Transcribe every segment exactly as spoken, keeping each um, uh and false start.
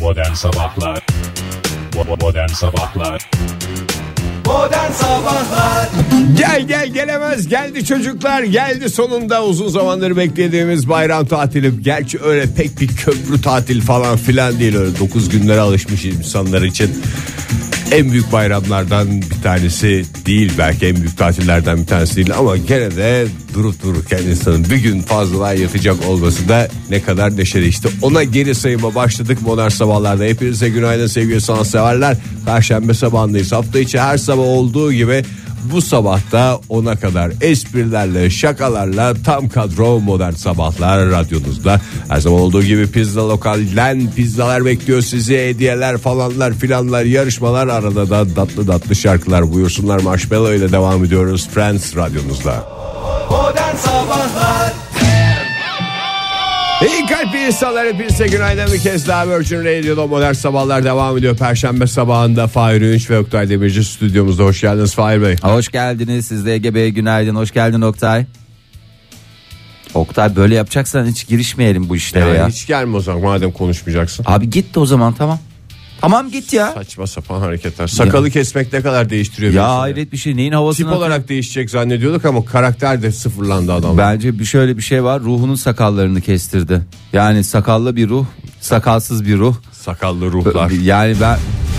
Modern Sabahlar Modern Sabahlar Modern Sabahlar Gel gel gelemez, geldi çocuklar, geldi sonunda uzun zamandır beklediğimiz bayram tatili. Gerçi öyle pek bir köprü tatil falan filan değil, öyle dokuz günlere alışmış insanlar için en büyük bayramlardan bir tanesi değil, belki en büyük tatillerden bir tanesi değil, ama gene de durup dururken insanın bir gün fazla yatacak olması da ne kadar neşeli. İşte ona geri sayıma başladık Modern Sabahlar'da. Hepinize günaydın sevgili sanatseverler. Perşembe sabahındayız. Hafta içi her sabah olduğu gibi bu sabahta ona kadar esprilerle, şakalarla tam kadro Modern Sabahlar radyonuzda. Her zaman olduğu gibi Pizza Lokal'den pizzalar bekliyor sizi, hediyeler falanlar filanlar, yarışmalar, arada da tatlı tatlı şarkılar. Buyursunlar, Marshmallow ile devam ediyoruz Friends radyonuzda. Modern Sabahlar İyi kalp insanlar, hepinize günaydın bir kez daha. Virgin Radio'da Modern Sabahlar devam ediyor. Perşembe sabahında Fahir Ünç ve Oktay Demirci stüdyomuzda. Hoş geldiniz Fahir Bey. Hoş geldiniz, siz de Ege Bey'e günaydın. Hoş geldin Oktay. Oktay, böyle yapacaksan hiç girişmeyelim bu işlere Yani ya. hiç gelme o zaman madem konuşmayacaksın. Abi git de o zaman, tamam. Tamam git ya. Saçma sapan hareketler. Sakalı ya. Kesmek ne kadar değiştiriyor. Ya hayret bir şey, neyin havasını Tip olarak değişecek zannediyorduk ama karakter de sıfırlandı adam. Bence bir şöyle bir şey var, ruhunun sakallarını kestirdi. Yani sakallı bir ruh, sakalsız bir ruh. Sakallı ruhlar. Yani ben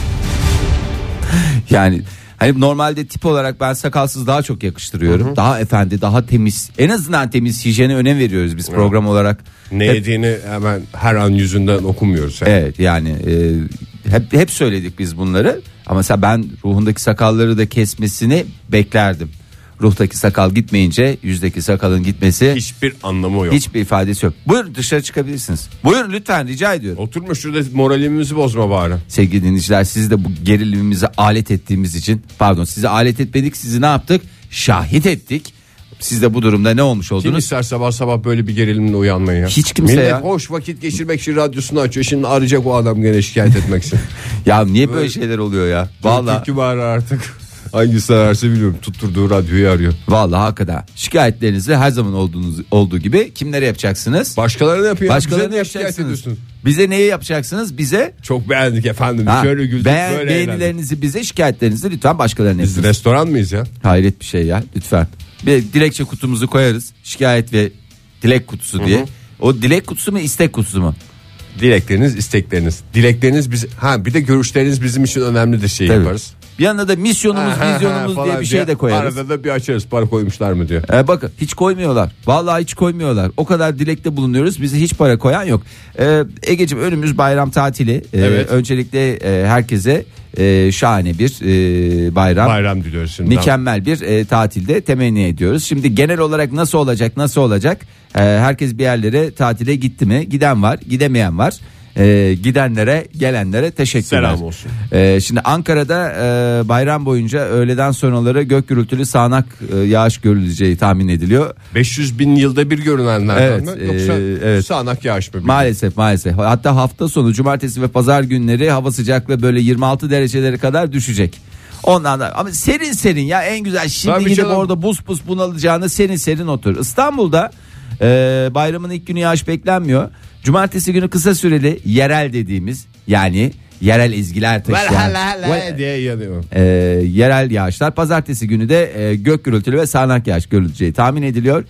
yani hani normalde tip olarak ben sakalsız daha çok yakıştırıyorum. Hı hı. Daha efendi, daha temiz. En azından temiz, hijyene önem veriyoruz biz program olarak. Ne hep, yediğini hemen her an yüzünden okumuyoruz. Yani. Evet yani e, hep hep söyledik biz bunları. Ama mesela ben ruhundaki sakalları da kesmesini beklerdim. Ruhtaki sakal gitmeyince yüzdeki sakalın gitmesi hiçbir anlamı yok. Hiçbir ifadesi yok. Buyurun, dışarı çıkabilirsiniz. Buyurun lütfen, rica ediyorum. Oturma şurada, moralimizi bozma bari. Sevgili dinleyiciler, sizi de bu gerilimimize alet ettiğimiz için, pardon, sizi alet etmedik, sizi ne yaptık? Şahit ettik. Siz de bu durumda ne olmuş oldunuz? Kim ister sabah sabah böyle bir gerilimle uyanmayı ya? Hiç kimse Millet ya. hoş vakit geçirmek için radyosunu açıyor. Şimdi arayacak o adam gene şikayet etmek için. Ya niye böyle, böyle şeyler oluyor ya? Vallahi. Türkü bari artık. Hangisi ararsa bilmiyorum, tutturduğu radyoyu arıyor. Vallahi hakikaten şikayetlerinizi her zaman olduğunuz olduğu gibi kimlere yapacaksınız? Başkalarına yapın. Başkalarına yapacaksınız. Bize neyi yapacaksınız? Bize çok beğendik efendim. Ha, şöyle güldük, beğen, böyle beğenilerinizi eğlendik. Bize, şikayetlerinizi lütfen başkalarına Biz yapın. restoran mıyız ya? Hayret bir şey ya, lütfen. Bir dilekçe kutumuzu koyarız. Şikayet ve dilek kutusu diye. Hı hı. O dilek kutusu mu, istek kutusu mu? Dilekleriniz, istekleriniz. Dilekleriniz biz, ha bir de görüşleriniz bizim için önemlidir şey Tabii. Yaparız. Bir yanında da misyonumuz, ha, vizyonumuz ha, diye bir şey de koyarız. Arada da bir açarız, para koymuşlar mı diye. Ee, bakın hiç koymuyorlar. Vallahi hiç koymuyorlar. O kadar dilekte bulunuyoruz. Bize hiç para koyan yok. Ee, Egeciğim, önümüz bayram tatili. Ee, evet. Öncelikle e, herkese e, şahane bir e, bayram. Bayram diliyoruz şimdi. Mükemmel bir e, tatilde temenni ediyoruz. Şimdi genel olarak nasıl olacak, nasıl olacak? Ee, herkes bir yerlere tatile gitti mi? Giden var, gidemeyen var. Ee, gidenlere, gelenlere teşekkürler. Selam olsun. Ee, şimdi Ankara'da e, bayram boyunca öğleden sonraları gök gürültülü sağanak e, yağış görüleceği tahmin ediliyor. beş yüz bin yılda bir görünenlerden evet, mi? Yoksa e, evet. sağanak yağış mı? Maalesef maalesef. Hatta hafta sonu cumartesi ve pazar günleri hava sıcaklığı böyle yirmi altı dereceleri kadar düşecek. Ondan da ama serin serin ya, en güzel. Şimdi Tabii gidip canım. orada buz buz bunalacağını serin serin otur. İstanbul'da e, bayramın ilk günü yağış beklenmiyor. Cumartesi günü kısa süreli yerel dediğimiz, yani yerel ezgiler taşıyan Ve diye yanıyor. E, yerel yağışlar. Pazartesi günü de e, gök gürültülü ve sağanak yağış görüleceği tahmin ediliyor.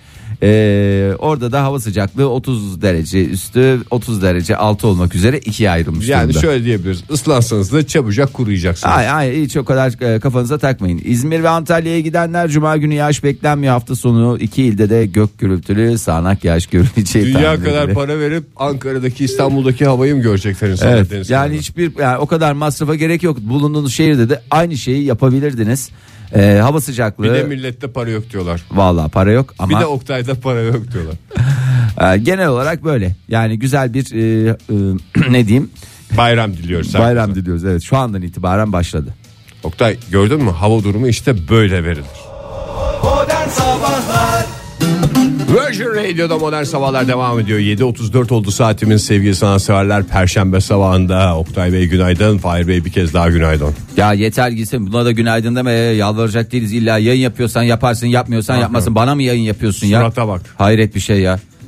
E, orada da hava sıcaklığı otuz derece üstü, otuz derece altı olmak üzere ikiye ayrılmış yani durumda. şöyle diyebiliriz. Islansanız da çabucak kuruyacaksınız. Ay ay, hiç o kadar e, kafanıza takmayın. İzmir ve Antalya'ya gidenler, cuma günü yağış beklenmiyor. Hafta sonu iki ilde de gök gürültülü sağanak yağış görüleceği Dünya tahmin kadar ediliyor. para verip Ankara'daki, İstanbul'daki havayı mı görecekler insanlar? Evet, deniz yani kenarında? hiçbir, yani o kadar masrafa gerek yok. Bulunduğunuz şehirde de aynı şeyi yapabilirdiniz. Ee, hava sıcaklığı. Bir de millette para yok diyorlar. Vallahi para yok ama. Bir de Oktay'da para yok diyorlar. e, genel olarak böyle. Yani güzel bir e, e, ne diyeyim? Bayram diliyoruz. Bayram herkese. diliyoruz. Evet, şu andan itibaren başladı. Oktay, gördün mü? Hava durumu işte böyle verilir. Modern Sabahlar Virgin Radio'da Modern Sabahlar devam ediyor. yedi otuz dört oldu saatimiz sevgili sanatseverler. Perşembe sabahında Oktay Bey günaydın, Fahir Bey bir kez daha günaydın. Ya yeter gitsin, buna da günaydın deme, yalvaracak değiliz. İlla yayın yapıyorsan yaparsın, yapmıyorsan Aha. yapmasın. Bana mı yayın yapıyorsun ya? Surata bak. Hayret bir şey ya.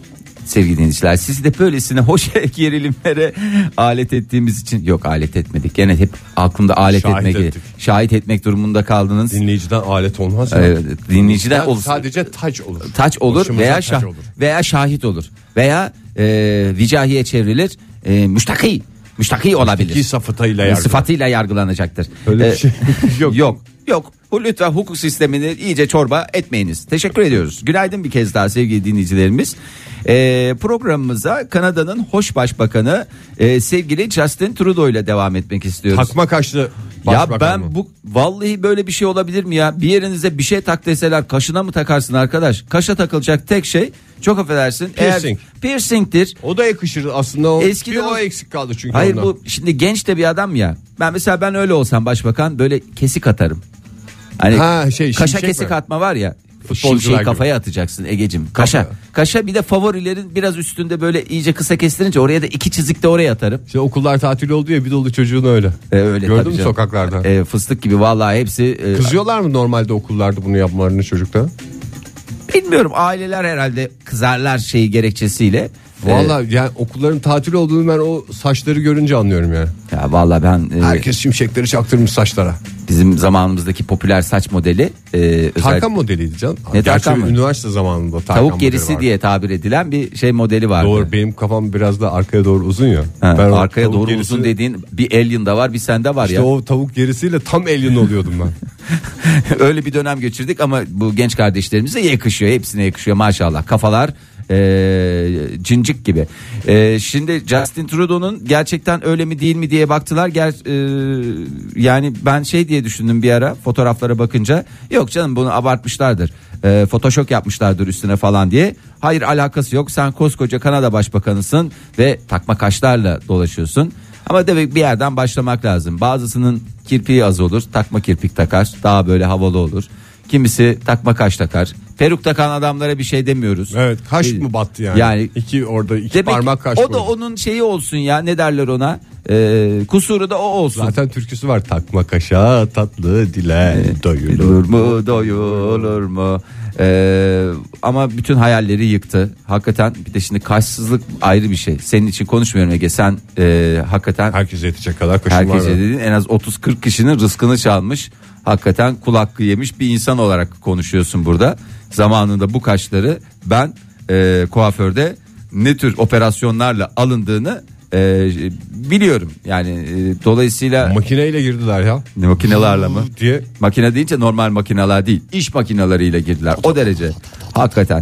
Sevgili dinleyiciler, sizi de böylesine hoş gerilimlere alet ettiğimiz için, yok alet etmedik. Gene hep aklımda alet Şahit etmek, ettik. şahit etmek durumunda kaldınız. Dinleyiciden alet olmaz mı? Evet, dinleyiciden olur. Sadece taç olur. Taç olur Başımıza veya taç şah olur. veya şahit olur veya e, vicahiye çevrilir. E, müştaki müştaki olabilir. İki sıfatıyla yargılanır. Sıfatıyla yargılanacaktır. Öyle E, bir şey yok. Yok. Yok. Bu lütfen hukuk sistemini iyice çorba etmeyiniz. Teşekkür ediyoruz. Günaydın bir kez daha sevgili dinleyicilerimiz. Ee, programımıza Kanada'nın hoş başbakanı e, sevgili Justin Trudeau ile devam etmek istiyoruz. Takma kaşlı Ya başbakan ben mı? bu vallahi böyle bir şey olabilir mi ya? Bir yerinize bir şey tak deseler kaşına mı takarsın arkadaş? Kaşa takılacak tek şey, çok affedersin, Piercing. Eğer piercing'tir. O da yakışır aslında, o Eskiden bir o o- eksik kaldı çünkü Hayır ondan. bu şimdi genç de bir adam ya. Ben mesela ben öyle olsam başbakan böyle kesik atarım. Hani Ha, şey, kaşa şimşek kesik mi? atma var ya. Futbolcular Şimşeği gibi. kafaya atacaksın Egecim. Kaşa. Kafa. Kaşa bir de favorilerin biraz üstünde böyle iyice kısa kestirince oraya da iki çizik de oraya atarım. İşte okullar tatil oldu ya, bir dolu çocuğun öyle. E, öyle Gördün tabii mü canım. sokaklarda? E, fıstık gibi vallahi hepsi. E, Kızıyorlar mı normalde okullarda bunu yapmalarını çocuklara? Bilmiyorum, aileler herhalde kızarlar şeyi gerekçesiyle. Vallahi yani okulların tatil olduğunu ben o saçları görünce anlıyorum yani. E, ya vallahi ben e, Herkes şimşekleri çaktırmış saçlara. bizim zamanımızdaki popüler saç modeli e, özellikle Tarkan modeliydi canım. Ne Gerçi Tarkan mı? üniversite zamanında Tarkan tavuk modeli gerisi vardı. diye tabir edilen bir şey modeli vardı. Doğru, benim kafam biraz da arkaya doğru uzun ya. Ha, Ben o arkaya tavuk doğru gerisi- uzun dediğin bir Alien'da var, bir sende var İşte ya. o tavuk gerisiyle tam alien oluyordum ben. Öyle bir dönem geçirdik ama bu genç kardeşlerimize yakışıyor. Hepsine yakışıyor maşallah. Kafalar e, cincik gibi. E, şimdi Justin Trudeau'nun gerçekten öyle mi değil mi diye baktılar. Ger, e, yani ben şey diye düşündüm bir ara fotoğraflara bakınca. Yok canım, bunu abartmışlardır. E, Photoshop yapmışlardır üstüne falan diye. Hayır, alakası yok. Sen koskoca Kanada başbakanısın ve takma kaşlarla dolaşıyorsun. Ama demek bir yerden başlamak lazım. Bazısının kirpiği az olur, takma kirpik takar, daha böyle havalı olur. Kimisi takma kaş takar. Peruk takan adamlara bir şey demiyoruz. Evet, kaş Ee, mı battı yani? Yani iki orada iki demek parmak kaş o da koydu. onun şeyi olsun ya, ne derler ona? Ee, kusuru da o olsun. Zaten türküsü var, takma kaşa tatlı dile doyulur. Doyulur mu, doyulur mu? Ee, ama bütün hayalleri yıktı. Hakikaten bir de şimdi kaşsızlık ayrı bir şey. Senin için konuşmuyorum Ege. Sen e, hakikaten Herkese yetecek kadar kaşın var. herkese benim. dediğin en az otuz kırk kişinin rızkını çalmış. Hakikaten kul hakkı yemiş bir insan olarak konuşuyorsun burada. Zamanında bu kaşları ben e, kuaförde ne tür operasyonlarla alındığını e, biliyorum. Yani e, dolayısıyla Makineyle girdiler ya. ne makinelerle mı? Diye. Makine deyince normal makineler değil, iş makineleriyle girdiler. O derece. Hakikaten.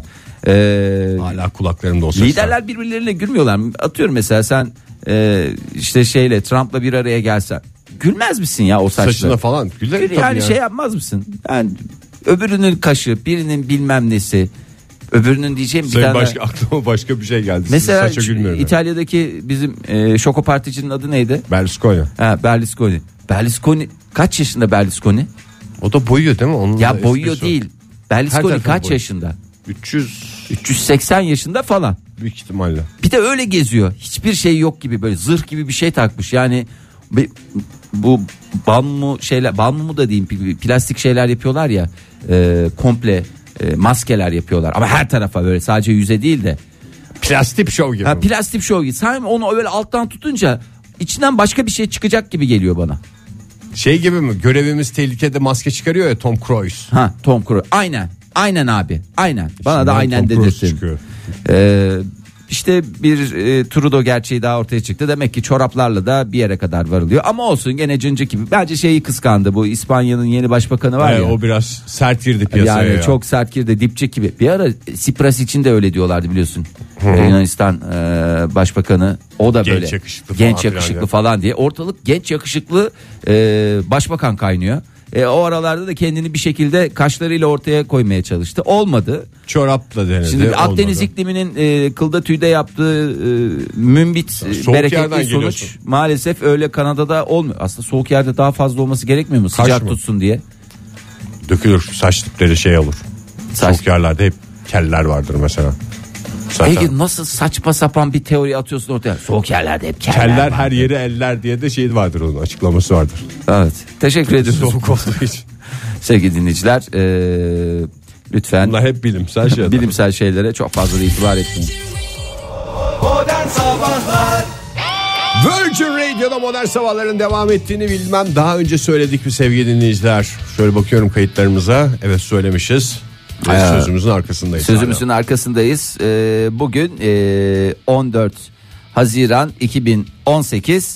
Ee, Hala kulaklarımda o sesler. liderler birbirlerine gülmüyorlar mı? Atıyorum mesela sen e, işte şeyle Trump'la bir araya gelsen gülmez misin ya o saçla? Saçına falan. Güler Gül- tabii yani ya. şey yapmaz mısın? Yani öbürünün kaşı, birinin bilmem nesi, öbürünün diyeceğim bir Senin tane. başka, aklıma başka bir şey geldi. Mesela Saça gülmüyorum. yani. İtalya'daki bizim e, şoko particinin adı neydi? Berlusconi. Ha, Berlusconi. Berlusconi kaç yaşında Berlusconi? O da boyuyor değil mi? Onun da Ya boyuyor esprisi o. değil. Her Berlusconi tarafı kaç boyuyor. yaşında? üç yüz üç yüz seksen yaşında falan. büyük ihtimalle. Bir de öyle geziyor. Hiçbir şey yok gibi, böyle zırh gibi bir şey takmış. Yani bir- bu bambu şeyler, bambu da diyeyim, plastik şeyler yapıyorlar ya. E, komple e, maskeler yapıyorlar. Ama her tarafa, böyle sadece yüze değil de. Plastik show gibi. Ha, plastik şov gibi. Sen onu öyle alttan tutunca içinden başka bir şey çıkacak gibi geliyor bana. Şey gibi mi? Görevimiz tehlikede maske çıkarıyor ya Tom Cruise. Ha, Tom Cruise. Aynen. Aynen abi. Aynen. Bana da İçinden aynen Tom Cruise dedirtin. çıkıyor. Ee, işte bir e, Trudeau gerçeği daha ortaya çıktı. Demek ki çoraplarla da bir yere kadar varılıyor. Ama olsun, gene cıncık gibi. Bence şeyi kıskandı. Bu İspanya'nın yeni başbakanı var Ee, ya. o biraz sert girdi piyasaya. Yani ya. çok sert girdi, dipçik gibi. Bir ara Tsipras için de öyle diyorlardı biliyorsun. Yunanistan e, başbakanı. O da Genç böyle yakışıklı genç falan filan yakışıklı ya. falan diye. Ortalık genç yakışıklı e, başbakan kaynıyor. E, o aralarda da kendini bir şekilde kaşlarıyla ortaya koymaya çalıştı. Olmadı. Çorapla denedi. Şimdi Akdeniz olmadı. ikliminin e, kılda tüyde yaptığı e, mümbit e, Soğuk yerden bereketli sonuç geliyorsun. maalesef öyle Kanada'da olmuyor. Aslında soğuk yerde daha fazla olması gerekmiyor mu? Kaş Sıcak mı? tutsun diye. Dökülür, saç tipleri şey olur. Saç- Soğuk yerlerde hep keller vardır mesela. Zaten Ege, nasıl saçma sapan bir teori atıyorsun ortaya? Soğuk yerlerde hep keller, keller var. her yeri eller diye de şey vardır, onun açıklaması vardır. Evet. Teşekkür ediyoruz. Soğuk olduğu için. Sevgili dinleyiciler, eee, lütfen Bunlar hep bilimsel şeyler. bilimsel şeylere çok fazla da itibar etmeyin. Modern Sabahlar. Virgin Radio'da Modern Sabahların devam ettiğini bilmem. Daha önce söyledik mi sevgili dinleyiciler? Şöyle bakıyorum kayıtlarımıza. Evet söylemişiz. Ee, sözümüzün arkasındayız. Sözümüzün hala. arkasındayız. Ee, bugün e, on dört Haziran iki bin on sekiz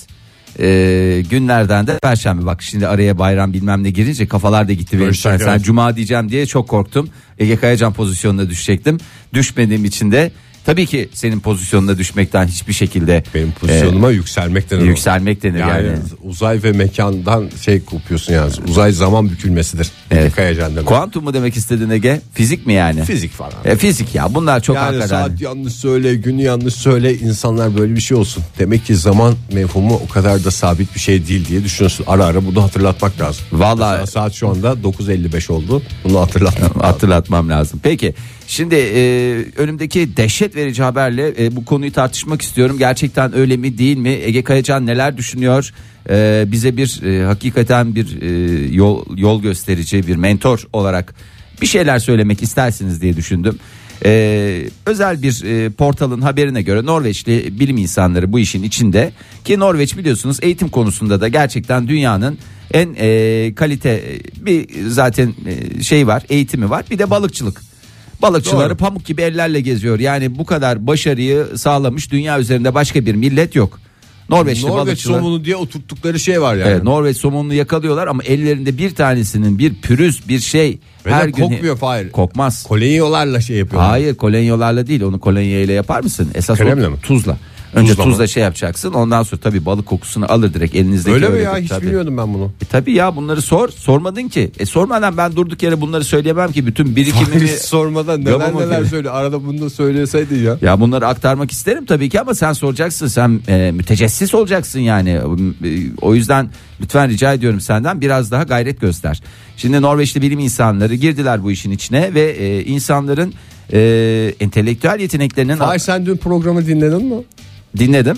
e, günlerden de Perşembe. Bak şimdi araya bayram bilmem ne girince kafalar da gitti. Benim. Sen, sen Cuma diyeceğim diye çok korktum. Ege Kayacan pozisyonuna düşecektim. Düşmediğim için de tabii ki senin pozisyonuna düşmekten hiçbir şekilde benim pozisyonuma e, yükselmek denir. Yükselmek denir yani. yani. Uzay ve mekandan şey kopuyorsun yani. Uzay zaman bükülmesidir. Evet. Kayacan demek. Kuantum mu demek istedin Ege? Fizik mi yani? Fizik falan. E, fizik ya bunlar çok yani hakikaten. saat yanlış söyle, günü yanlış söyle, insanlar böyle bir şey olsun. Demek ki zaman mefhumu o kadar da sabit bir şey değil diye düşünüyorsun. Ara ara bunu hatırlatmak lazım. Vallahi saat şu anda dokuz elli beş oldu. Bunu hatırlatmam lazım. Hatırlatmam lazım. Peki şimdi e, önümdeki dehşet verici haberle e, bu konuyu tartışmak istiyorum. Gerçekten öyle mi değil mi? Ege Kayacan neler düşünüyor? E, bize bir e, hakikaten bir e, yol yol gösterici, bir mentor olarak bir şeyler söylemek istersiniz diye düşündüm. E, özel bir e, portalın haberine göre Norveçli bilim insanları bu işin içinde ki Norveç biliyorsunuz eğitim konusunda da gerçekten dünyanın en e, kalite bir zaten e, şey var, eğitimi var, bir de balıkçılık. Balıkçıları Doğru. pamuk gibi ellerle geziyor. Yani bu kadar başarıyı sağlamış dünya üzerinde başka bir millet yok. Norveçli Norveç balıkçılar. somonu diye oturttukları şey var yani. Evet, Norveç somonunu yakalıyorlar ama ellerinde bir tanesinin bir pürüz bir şey. Ve her de gün kokmuyor Fahir. Kokmaz. Kolonyalarla şey yapıyorlar. Hayır, kolonyalarla değil, onu kolonya ile yapar mısın? Esas Kremle o mi? Tuzla. Önce Tuzla, tuzla şey yapacaksın, ondan sonra tabii balık kokusunu alır direkt elinizdeki. Öyle mi ya, hiç tabii. bilmiyordum ben bunu. E tabii ya, bunları sor, sormadın ki. E sormadan ben durduk yere bunları söyleyemem ki, bütün birikimimi. Hiç sormadan neler neler söyle, arada bunu da söyleseydin ya. Ya bunları aktarmak isterim tabii ki ama sen soracaksın, sen e, mütecessis olacaksın yani. E, o yüzden lütfen rica ediyorum senden biraz daha gayret göster. Şimdi Norveçli bilim insanları girdiler bu işin içine ve e, insanların e, entelektüel yeteneklerinin... Hayır, sen dün programı dinledin mi? Dinledim.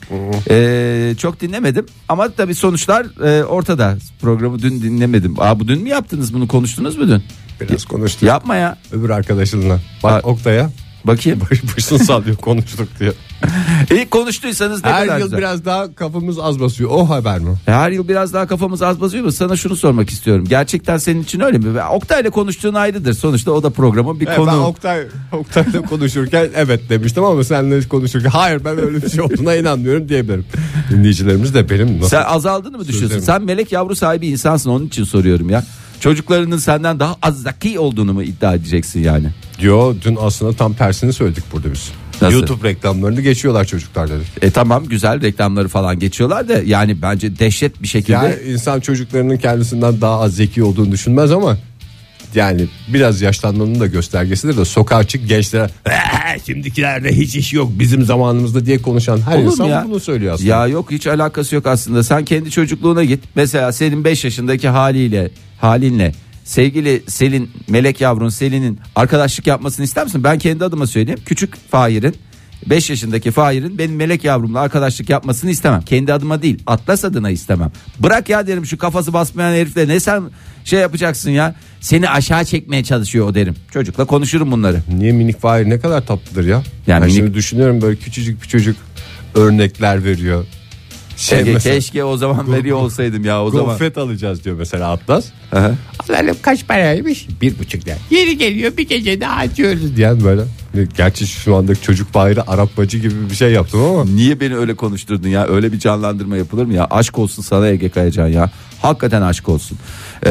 Ee, çok dinlemedim ama tabii sonuçlar e, ortada. Programı dün dinlemedim. Aa, bu dün mü yaptınız bunu, konuştunuz mu dün? Biraz konuştuk. Yapma ya. Öbür arkadaşınla. Bak Aa, Oktay'a. Bakayım. Başını sallıyor, konuştuk diyor. İyi konuştuysanız ne her kadar yıl güzel. Biraz daha kafamız az basıyor. O haber mi? Her yıl biraz daha kafamız az basıyor mu? Sana şunu sormak istiyorum. Gerçekten senin için öyle mi? Oktay'la konuştuğun ayrıdır. Sonuçta o da programın bir evet, konu. Ben Oktay, Oktay'la konuşurken evet demiştim ama seninle konuşurken hayır, ben öyle bir şey olduğuna inanmıyorum diyebilirim. Dinleyicilerimiz de benim nasıl? Sen azaldığını mı düşünüyorsun? Sözlerim. Sen melek yavru sahibi insansın, onun için soruyorum ya. Çocuklarının senden daha az zeki olduğunu mu iddia edeceksin yani? Yo, dün aslında tam tersini söyledik burada biz. Nasıl? YouTube reklamlarını geçiyorlar çocuklar dedik. E tamam, güzel reklamları falan geçiyorlar da yani bence dehşet bir şekilde. Yani insan çocuklarının kendisinden daha az zeki olduğunu düşünmez ama yani biraz yaşlandığının da göstergesidir de sokağa çık gençlere şimdikilerde hiç iş yok bizim zamanımızda diye konuşan her Olur mu insan ya? bunu söylüyor aslında. Ya yok, hiç alakası yok aslında. Sen kendi çocukluğuna git. Mesela senin beş yaşındaki haliyle halinle sevgili Selin, melek yavrun Selin'in arkadaşlık yapmasını ister misin? Ben kendi adıma söyleyeyim. Küçük Fahir'in, beş yaşındaki Fahir'in benim melek yavrumla arkadaşlık yapmasını istemem. Kendi adıma değil, Atlas adına istemem. Bırak ya derim, şu kafası basmayan herifle ne sen şey yapacaksın ya. Seni aşağı çekmeye çalışıyor o derim. Çocukla konuşurum bunları. Niye minik Fahir ne kadar tatlıdır ya. Yani ben minik... şimdi düşünüyorum, böyle küçücük bir çocuk örnekler veriyor. Şey Keşke, mesela, keşke o zaman veriyor olsaydım ya o zaman. Konfet alacağız diyor mesela Atlas. Aha. Alalım, kaç paraymış? Bir buçuk lira. Yeri geliyor bir gece daha açıyoruz diyen böyle. Gerçi şu andaki çocuk Fahir'e Arap bacı gibi bir şey yaptım ama. Niye beni öyle konuşturdun ya? Öyle bir canlandırma yapılır mı ya? Aşk olsun sana Ege Kayacan ya. Hakikaten aşk olsun.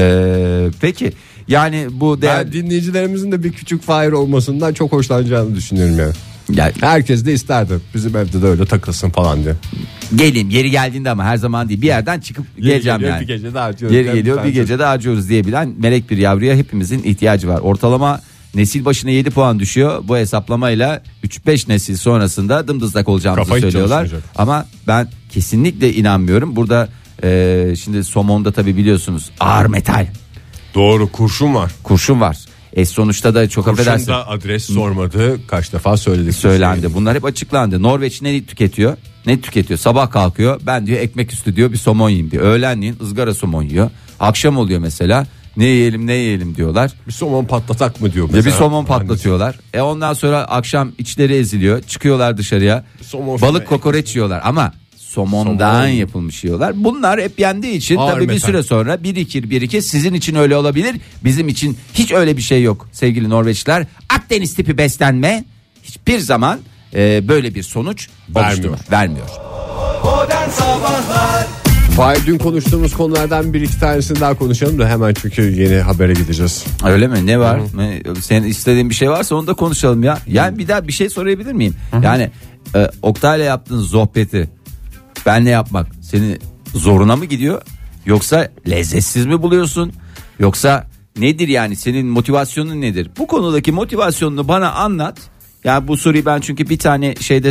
Ee, peki yani bu değer... Ben dinleyicilerimizin de bir küçük Fahir olmasından çok hoşlanacağını düşünüyorum yani. Ya, herkes de isterdi bizim evde de öyle takılsın falan diye. Geleyim yeri geldiğinde ama her zaman değil, bir yerden çıkıp Yeri geleceğim geliyor, yani. bir gece de harcıyoruz. Yeri geliyor bir gece de harcıyoruz diyebilen melek bir yavruya hepimizin ihtiyacı var. Ortalama nesil başına yedi puan düşüyor. Bu hesaplamayla üç beş nesil sonrasında dımdızlak olacağımızı Kafa hiç söylüyorlar. çalışmayacak. Ama ben kesinlikle inanmıyorum. Burada e, şimdi somonda tabii biliyorsunuz ağır metal. Doğru, kurşun var. Kurşun var. E sonuçta da çok Kurşun affedersin. da adres sormadı. Kaç defa söyledik. Söylendi. Bunlar hep açıklandı. Norveç ne tüketiyor? Ne tüketiyor? Sabah kalkıyor. Ben diyor ekmek üstü diyor bir somon yiyeyim diyor. Öğlenleyin ızgara somon yiyor. Akşam oluyor mesela. Ne yiyelim ne yiyelim diyorlar. Bir somon patlatak mı diyor Ya mesela. bir somon patlatıyorlar. E ondan sonra akşam içleri eziliyor. Çıkıyorlar dışarıya. Somon Balık şuna kokoreç yiyorlar ama somondan Somon. yapılmış yiyorlar. Bunlar hep yendiği için Ağır tabii bir metal. süre sonra birikir birikir. Sizin için öyle olabilir. Bizim için hiç öyle bir şey yok sevgili Norveçliler. Akdeniz tipi beslenme hiçbir zaman e, böyle bir sonuç Vermiyor. oluşturmaz, vermiyor. Modern Sabahlar Fahir, dün konuştuğumuz konulardan bir iki tanesini daha konuşalım da hemen, çünkü yeni habere gideceğiz. Öyle mi? Ne var? Ne- Senin istediğin bir şey varsa onu da konuşalım ya. Yani bir daha bir şey sorabilir miyim? Yani e, Oktay'la yaptığın sohbeti benle yapmak senin zoruna mı gidiyor? Yoksa lezzetsiz mi buluyorsun? Yoksa nedir yani, senin motivasyonun nedir? Bu konudaki motivasyonunu bana anlat. Ya bu soruyu ben çünkü bir tane şeyde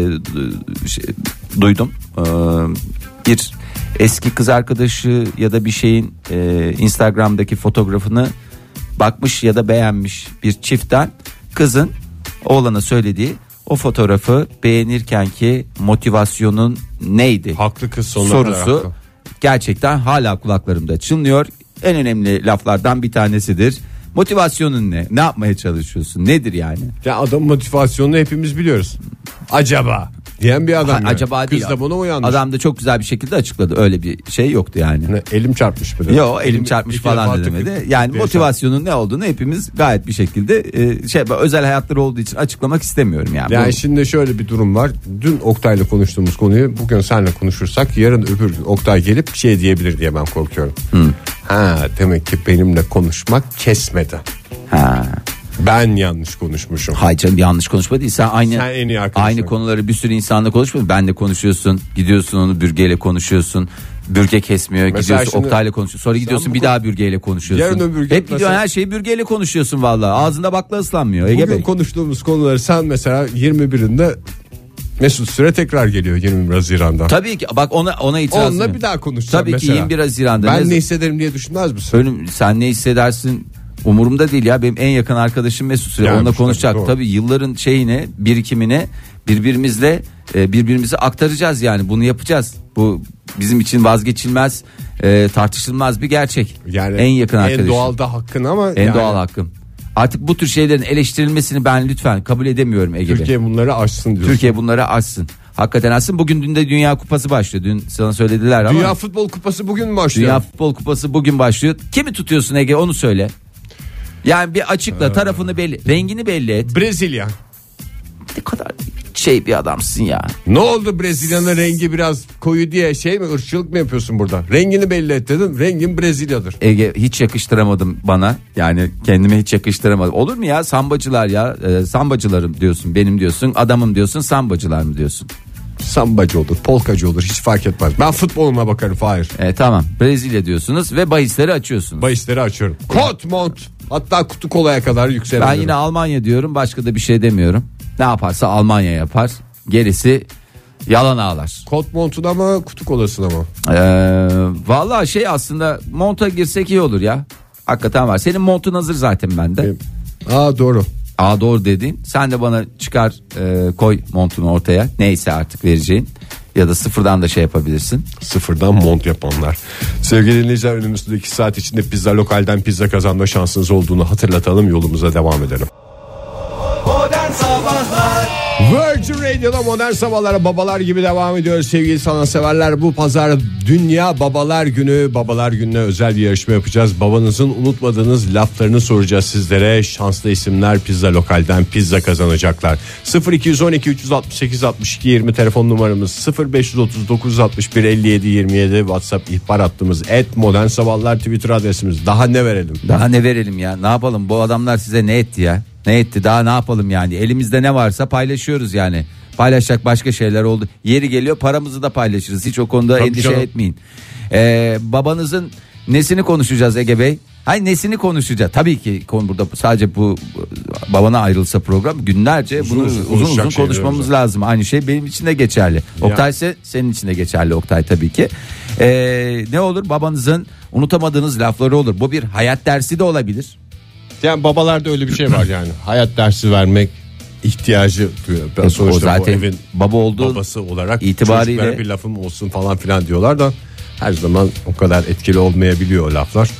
e, şey, duydum. E, bir eski kız arkadaşı ya da bir şeyin e, Instagram'daki fotoğrafını bakmış ya da beğenmiş bir çiftten, kızın oğlana söylediği o fotoğrafı beğenirken ki motivasyonun neydi? Haklı kız, sonuna kadar sorusu haklı. gerçekten hala kulaklarımda çınlıyor. En önemli laflardan bir tanesidir. Motivasyonun ne? Ne yapmaya çalışıyorsun? Nedir yani? Ya adam motivasyonunu hepimiz biliyoruz. Acaba diyen bir adam. Ha, yani. acaba değil. Kız da buna uyanmış. Adam da çok güzel bir şekilde açıkladı. Öyle bir şey yoktu yani. Ne, elim çarpmış bir de. Yo, elim çarpmış iki falan defa da demedi. tıkıp Yani diye motivasyonun ne olduğunu hepimiz gayet bir şekilde e, şey özel hayatları olduğu için açıklamak istemiyorum yani. Yani Bu- şimdi şöyle bir durum var. Dün Oktay'la konuştuğumuz konuyu bugün seninle konuşursak yarın öbür gün Oktay gelip şey diyebilir diye ben korkuyorum. Ha, demek ki benimle konuşmak kesmedi. Ha. Ben yanlış konuşmuşum. Hayır canım, yanlış konuşma değil. Sen aynı Sen en iyi arkadaşın. aynı konuları bir sürü insanla konuşmuyorsun. Benle konuşuyorsun. Gidiyorsun onu bürgeyle konuşuyorsun. Bürge kesmiyor. Mesela Gidiyorsun şimdi- Oktay'la konuşuyorsun. Sonra gidiyorsun bu bir konu- daha bürgeyle konuşuyorsun. Yarın öbür gün Hep gidiyorsun mesela- her şeyi bürgeyle konuşuyorsun vallahi. Ağzında bakla ıslanmıyor. Ege Bugün Bey. konuştuğumuz konuları sen mesela yirmi birinde Mesut Süre tekrar geliyor yirmi bir Haziran'da. Tabii ki bak ona ona itirazım Onunla yok. bir daha konuşacağım Tabii mesela. ki yirmi bir Haziran'da. Ben Ne- ne hissederim diye düşünmez misin? Ölüm, sen ne hissedersin umurumda değil ya, benim en yakın arkadaşım Mesut Süre, Yani onunla tabii, konuşacak doğru. tabii, yılların şeyini, birikimini birbirimizle e, birbirimize aktaracağız, yani bunu yapacağız. Bu bizim için vazgeçilmez, e, tartışılmaz bir gerçek. Yani en yakın arkadaşım, En doğal da hakkın ama en yani doğal hakkım. Artık bu tür şeylerin eleştirilmesini ben lütfen kabul edemiyorum Ege Bey. Türkiye bunları aşsın diyorsun. Türkiye bunları aşsın. Hakikaten aşsın. Bugün dün de Dünya Kupası başlıyor. Dün sana söylediler ama. Dünya Futbol Kupası bugün mü başlıyor? Dünya Futbol Kupası bugün başlıyor. Kimi tutuyorsun Ege, onu söyle. Yani bir açıkla, tarafını belli, rengini belli et. Brezilya. Ne kadar şey bir adamsın ya. Ne oldu, Brezilya'nın rengi biraz koyu diye şey mi, ırkçılık mı yapıyorsun burada? Rengini belli et dedim. Rengin Brezilya'dır. Ege, hiç yakıştıramadım bana. Yani kendime hiç yakıştıramadım. Olur mu ya, sambacılar ya. E, sambacılarım diyorsun, benim diyorsun, adamım diyorsun, sambacılar mı diyorsun? Sambacı olur, polkacı olur, hiç fark etmez. Ben futboluma bakarım Fahir. E, tamam, Brezilya diyorsunuz ve bahisleri açıyorsunuz. Bahisleri açıyorum. Kot mont, hatta kutu kolaya kadar yükselerim. Ben yine Almanya diyorum, başka da bir şey demiyorum. Ne yaparsa Almanya yapar. Gerisi yalan ağlar. Kot montuna mı, kutu kolasına mı? Ee, vallahi şey, aslında monta girsek iyi olur ya. Hakikaten var. Senin montun hazır zaten bende. Benim- Aa, doğru. Aa, doğru dedin. Sen de bana çıkar e, koy montunu ortaya. Neyse artık vereceğin. Ya da sıfırdan da şey yapabilirsin. Sıfırdan mont yapanlar. Sevgili dinleyiciler, önümüzdeki iki saat içinde Pizza Lokal'den pizza kazanma şansınız olduğunu hatırlatalım. Yolumuza devam edelim. Modern Sabahlar Virgin Radio'da Modern Sabahlara babalar gibi devam ediyoruz sevgili sanatseverler. Bu pazar Dünya Babalar Günü. Babalar Günü'ne özel bir yarışma yapacağız. Babanızın unutmadığınız laflarını soracağız sizlere. Şanslı isimler Pizza Lokal'den pizza kazanacaklar. sıfır iki on iki üç altı sekiz altmış iki yirmi telefon numaramız, sıfır beş otuz dokuz altmış bir elli yedi yirmi yedi WhatsApp ihbar hattımız, et Modern Sabahlar Twitter adresimiz. Daha ne verelim? Daha ne verelim ya? Ne yapalım? Bu adamlar size ne etti ya? Ne etti? Daha ne yapalım yani? Elimizde ne varsa paylaşıyoruz yani. Paylaşacak başka şeyler oldu. Yeri geliyor paramızı da paylaşırız. Hiç o konuda Tabii endişe canım. etmeyin. Ee, babanızın nesini konuşacağız Ege Bey? Hayır, nesini konuşacağız? Tabii ki konu burada sadece bu babana ayrılsa program günlerce Uzun bunu uzun uzun konuşacak uzun şeyler konuşmamız olacak. lazım. Aynı şey benim için de geçerli. Oktay ise senin için de geçerli Oktay, tabii ki. Ee, ne olur, babanızın unutamadığınız lafları olur. Bu bir hayat dersi de olabilir. Yani babalarda öyle bir şey var yani. Hayat dersi vermek ihtiyacı duyuyor. Ben O sonuçta zaten bu evin baba olduğu babası olarak itibariyle- çocuklara bir lafım olsun falan filan diyorlar da her zaman o kadar etkili olmayabiliyor o laflar.